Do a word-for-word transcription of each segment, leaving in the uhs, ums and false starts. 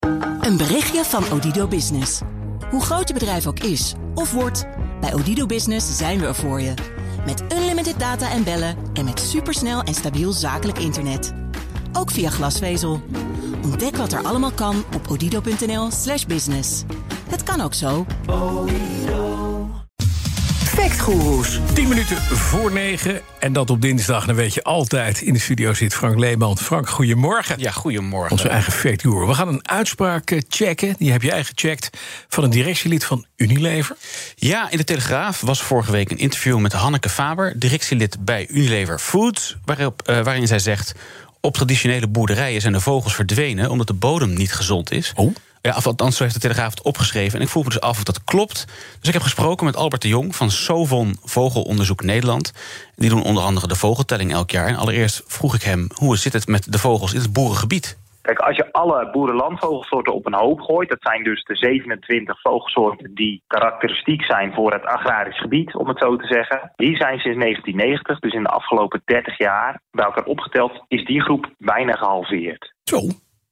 Een berichtje van Odido Business. Hoe groot je bedrijf ook is of wordt, bij Odido Business zijn we er voor je. Met unlimited data en bellen en met supersnel en stabiel zakelijk internet. Ook via glasvezel. Ontdek wat er allemaal kan op odido.nl slash business. Het kan ook zo. Factgoeroes. tien minuten voor negen. En dat op dinsdag. Dan weet je altijd. In de studio zit Frank Leeman. Frank, goedemorgen. Ja, goedemorgen. Onze eigen factgoeroe. We gaan een uitspraak checken. Die heb jij gecheckt. Van een directielid van Unilever. Ja, in de Telegraaf was vorige week een interview met Hanneke Faber, directielid bij Unilever Foods, waarop, uh, waarin zij zegt: op traditionele boerderijen zijn de vogels verdwenen omdat de bodem niet gezond is. Oh. Ja, althans, zo heeft de Telegraaf het opgeschreven. En ik vroeg me dus af of dat klopt. Dus ik heb gesproken met Albert de Jong van Sovon Vogelonderzoek Nederland. Die doen onder andere de vogeltelling elk jaar. En allereerst vroeg ik hem: hoe zit het met de vogels in het boerengebied? Kijk, als je alle boerenlandvogelsoorten op een hoop gooit, dat zijn dus de zevenentwintig vogelsoorten die karakteristiek zijn voor het agrarisch gebied, om het zo te zeggen. Die zijn sinds negentien negentig, dus in de afgelopen dertig jaar, bij elkaar opgeteld, is die groep bijna gehalveerd. Zo.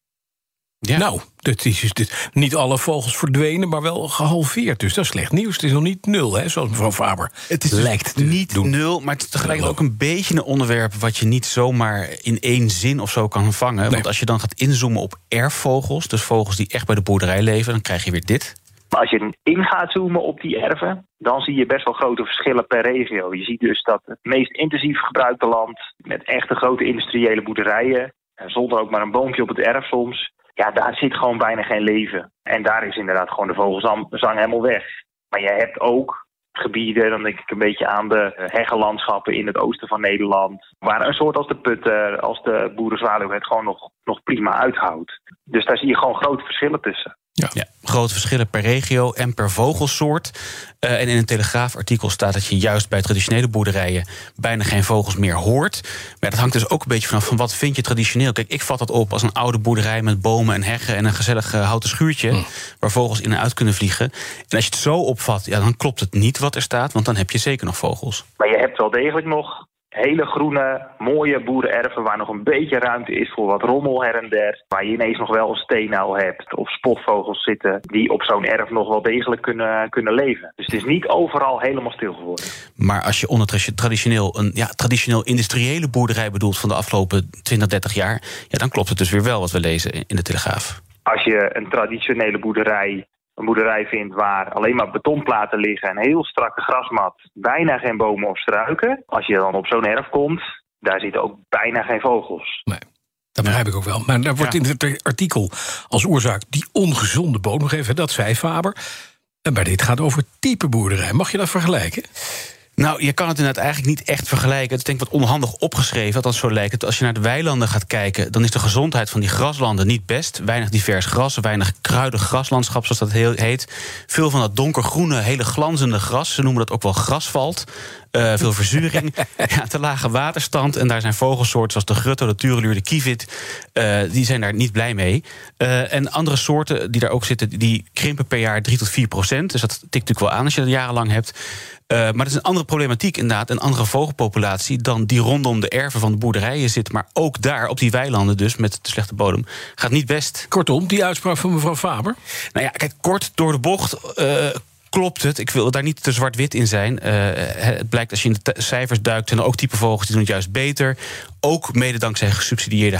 Ja. Nou, dat is dus dit. Niet alle vogels verdwenen, maar wel gehalveerd. Dus dat is slecht nieuws. Het is nog niet nul, hè, zoals mevrouw Faber het is lijkt te niet doen. nul, maar het is tegelijkertijd ook een beetje een onderwerp wat je niet zomaar in één zin of zo kan vangen. Nee. Want als je dan gaat inzoomen op erfvogels, dus vogels die echt bij de boerderij leven, dan krijg je weer dit. Maar als je in gaat zoomen op die erven, dan zie je best wel grote verschillen per regio. Je ziet dus dat het meest intensief gebruikte land, met echte grote industriële boerderijen, zonder ook maar een boompje op het erf soms, ja, daar zit gewoon bijna geen leven. En daar is inderdaad gewoon de vogelzang helemaal weg. Maar je hebt ook gebieden, dan denk ik een beetje aan de heggenlandschappen in het oosten van Nederland, waar een soort als de putter, als de boerenzwaluw het gewoon nog, nog prima uithoudt. Dus daar zie je gewoon grote verschillen tussen. Ja. ja, grote verschillen per regio en per vogelsoort. Uh, en in een Telegraafartikel staat dat je juist bij traditionele boerderijen bijna geen vogels meer hoort. Maar dat hangt dus ook een beetje vanaf van wat vind je traditioneel. Kijk, ik vat dat op als een oude boerderij met bomen en heggen en een gezellig uh, houten schuurtje mm. waar vogels in en uit kunnen vliegen. En als je het zo opvat, ja, dan klopt het niet wat er staat, want dan heb je zeker nog vogels. Maar je hebt wel degelijk nog hele groene, mooie boerenerven waar nog een beetje ruimte is voor wat rommel her en der. Waar je ineens nog wel een steenuil hebt of spotvogels zitten die op zo'n erf nog wel degelijk kunnen, kunnen leven. Dus het is niet overal helemaal stil geworden. Maar als je onder traditioneel een ja, traditioneel industriële boerderij bedoelt van de afgelopen twintig, dertig jaar, ja, dan klopt het dus weer wel wat we lezen in de Telegraaf. Als je een traditionele boerderij een boerderij vindt waar alleen maar betonplaten liggen en een heel strakke grasmat, bijna geen bomen of struiken. Als je dan op zo'n erf komt, daar zitten ook bijna geen vogels. Nee, dat begrijp ik ook wel. Maar daar wordt ja. in het artikel als oorzaak die ongezonde bodem gegeven, dat zei Faber. En bij dit gaat over type boerderij. Mag je dat vergelijken? Nou, je kan het inderdaad eigenlijk niet echt vergelijken. Het is denk ik wat onhandig opgeschreven, althans zo lijkt het. Als je naar de weilanden gaat kijken, dan is de gezondheid van die graslanden niet best. Weinig divers gras, weinig kruidig graslandschap, zoals dat heet. Veel van dat donkergroene, hele glanzende gras. Ze noemen dat ook wel grasvalt. Uh, veel verzuring, ja, te lage waterstand. En daar zijn vogelsoorten zoals de grutto, de tureluur, de kievit. Uh, die zijn daar niet blij mee. Uh, en andere soorten die daar ook zitten, die krimpen per jaar drie tot vier procent. Dus dat tikt natuurlijk wel aan als je dat jarenlang hebt. Uh, maar het is een andere problematiek inderdaad, een andere vogelpopulatie dan die rondom de erven van de boerderijen zit. Maar ook daar, op die weilanden dus, met de slechte bodem, gaat niet best. Kortom, die uitspraak van mevrouw Faber? Nou ja, kijk, kort door de bocht Uh, klopt het. Ik wil daar niet te zwart-wit in zijn. Uh, het blijkt als je in de t- cijfers duikt, en ook type vogels die doen het juist beter. Ook mede dankzij gesubsidieerde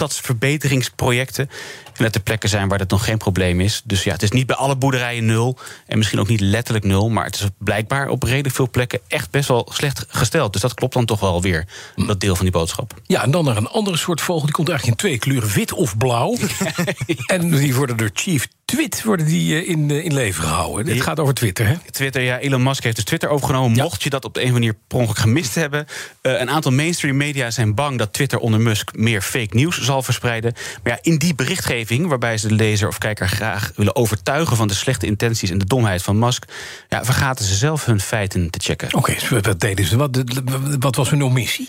habitatsverbeteringsprojecten. En dat er plekken zijn waar dat nog geen probleem is. Dus ja, het is niet bij alle boerderijen nul. En misschien ook niet letterlijk nul. Maar het is blijkbaar op redelijk veel plekken echt best wel slecht gesteld. Dus dat klopt dan toch wel weer, dat deel van die boodschap. Ja, en dan naar een andere soort vogel. Die komt eigenlijk in twee kleuren, wit of blauw. En die worden door Chief Twit worden die in, in leven gehouden. Dit gaat over Twitter, hè? Twitter, ja. Elon Musk heeft dus Twitter overgenomen. Ja. Mocht je dat op de een of andere manier per ongeluk gemist hebben. Uh, een aantal mainstream media zijn bang dat Twitter onder Musk meer fake nieuws zal verspreiden. Maar ja, in die berichtgeving, waarbij ze de lezer of kijker graag willen overtuigen van de slechte intenties en de domheid van Musk, ja, vergaten ze zelf hun feiten te checken. Oké, okay, wat deden ze? Wat, wat was hun omissie?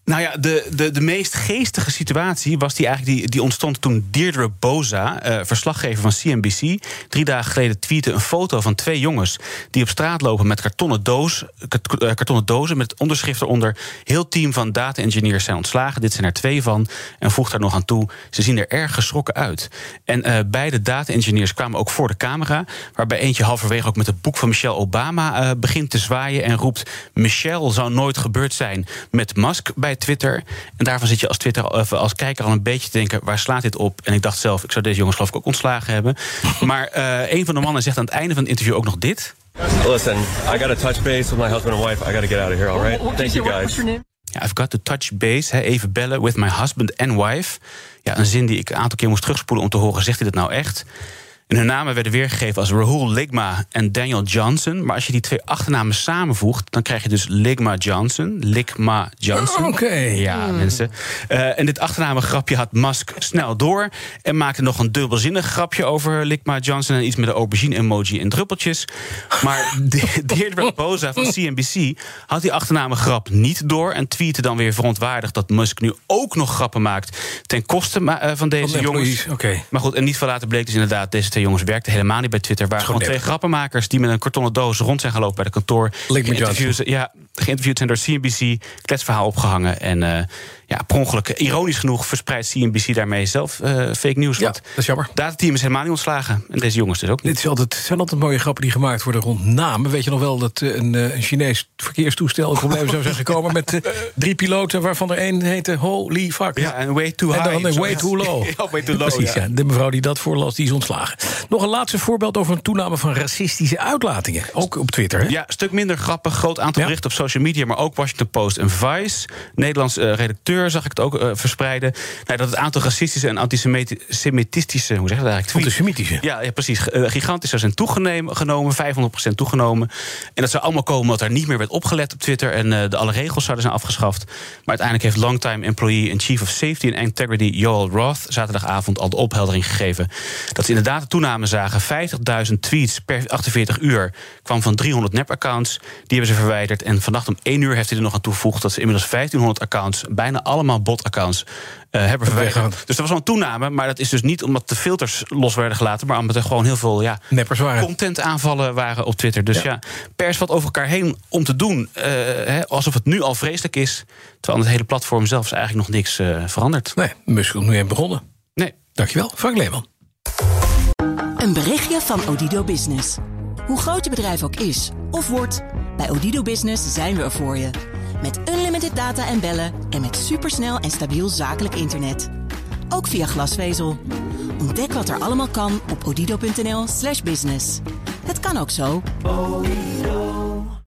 Nou ja, de, de, de meest geestige situatie was die eigenlijk die, die ontstond toen Deirdre Boza, uh, verslaggever van C N B C, drie dagen geleden tweette een foto van twee jongens die op straat lopen met kartonnen, doos, kart, uh, kartonnen dozen met het onderschrift eronder: heel team van data-engineers zijn ontslagen. Dit zijn er twee van. En voegt daar nog aan toe: ze zien er erg geschrokken uit. En uh, beide data-engineers kwamen ook voor de camera, waarbij eentje halverwege ook met het boek van Michelle Obama uh, begint te zwaaien en roept: Michelle zou nooit gebeurd zijn met Musk bij Twitter. En daarvan zit je als Twitter als kijker al een beetje te denken: waar slaat dit op? En ik dacht zelf, ik zou deze jongens geloof ik ook ontslagen hebben. Maar uh, een van de mannen zegt aan het einde van het interview ook nog dit: Listen, I got to touch base with my husband and wife. I got to get out of here, all right? Thank you guys. Ja, I've got to touch base, he, even bellen with my husband and wife. Ja, een zin die ik een aantal keer moest terugspoelen om te horen: zegt hij dat nou echt? En hun namen werden weergegeven als Rahul Ligma en Daniel Johnson. Maar als je die twee achternamen samenvoegt, dan krijg je dus Ligma Johnson. Ligma Johnson. Oké. Okay. Ja, mm. mensen. Uh, en dit achternamengrapje had Musk snel door. En maakte nog een dubbelzinnig grapje over Ligma Johnson. En iets met een aubergine-emoji en druppeltjes. Maar Deirdre Boza van C N B C had die achternamengrap niet door. En tweette dan weer verontwaardigd dat Musk nu ook nog grappen maakt ten koste uh, van deze oh, jongens. Okay. Maar goed, en niet veel later bleek dus inderdaad deze twee jongens werkten helemaal niet bij Twitter. Waren gewoon twee grappenmakers die met een kartonnen doos rond zijn gelopen bij de kantoor. Geïnterviewd, ja, geïnterviewd zijn door C N B C, kletsverhaal opgehangen. En uh, ja, per ongeluk, ironisch genoeg, verspreidt C N B C daarmee zelf uh, fake nieuws. Ja, dat is jammer. Datateam is helemaal niet ontslagen. En deze jongens dus ook niet. Dit is altijd, het zijn altijd mooie grappen die gemaakt worden rond namen. Weet je nog wel dat een, een Chinees verkeerstoestel in problemen zou zijn gekomen met uh, drie piloten, waarvan er één heette Holy fuck. Ja, en way too high. En dan way too low. Ja, way too low. Precies, ja. Ja. De mevrouw die dat voorlas, die is ontslagen. Nog een laatste voorbeeld over een toename van racistische uitlatingen. Ook op Twitter, hè? Ja, een stuk minder grappig. Groot aantal ja. berichten op social media, maar ook Washington Post en Vice. Nederlands uh, redacteur zag ik het ook uh, verspreiden. Nou, dat het aantal racistische en antisemitistische, hoe zeg je dat eigenlijk? Antisemitische. Ja, ja, precies. Uh, gigantisch zou zijn toegenomen, vijfhonderd procent toegenomen. En dat zou allemaal komen omdat er niet meer werd opgelet op Twitter en uh, de alle regels zouden zijn afgeschaft. Maar uiteindelijk heeft longtime employee en chief of safety and integrity Joel Roth zaterdagavond al de opheldering gegeven dat ze inderdaad de toename zagen. vijftigduizend tweets per achtenveertig uur kwam van driehonderd nep-accounts. Die hebben ze verwijderd. En vannacht om één uur heeft hij er nog aan toegevoegd dat ze inmiddels vijftienhonderd accounts, bijna allemaal bot-accounts, uh, hebben verwijderd. Dus dat was wel een toename, maar dat is dus niet omdat de filters los werden gelaten, maar omdat er gewoon heel veel ja, content-aanvallen waren op Twitter. Dus ja, ja pers valt over elkaar heen om te doen uh, hè, alsof het nu al vreselijk is, terwijl het hele platform zelf is eigenlijk nog niks uh, veranderd. Nee, Musk is nu even begonnen. Nee. Dankjewel, Frank Leeman. Een berichtje van Odido Business. Hoe groot je bedrijf ook is of wordt, bij Odido Business zijn we er voor je. Met unlimited data en bellen en met supersnel en stabiel zakelijk internet. Ook via glasvezel. Ontdek wat er allemaal kan op odido punt n l slash business. Het kan ook zo.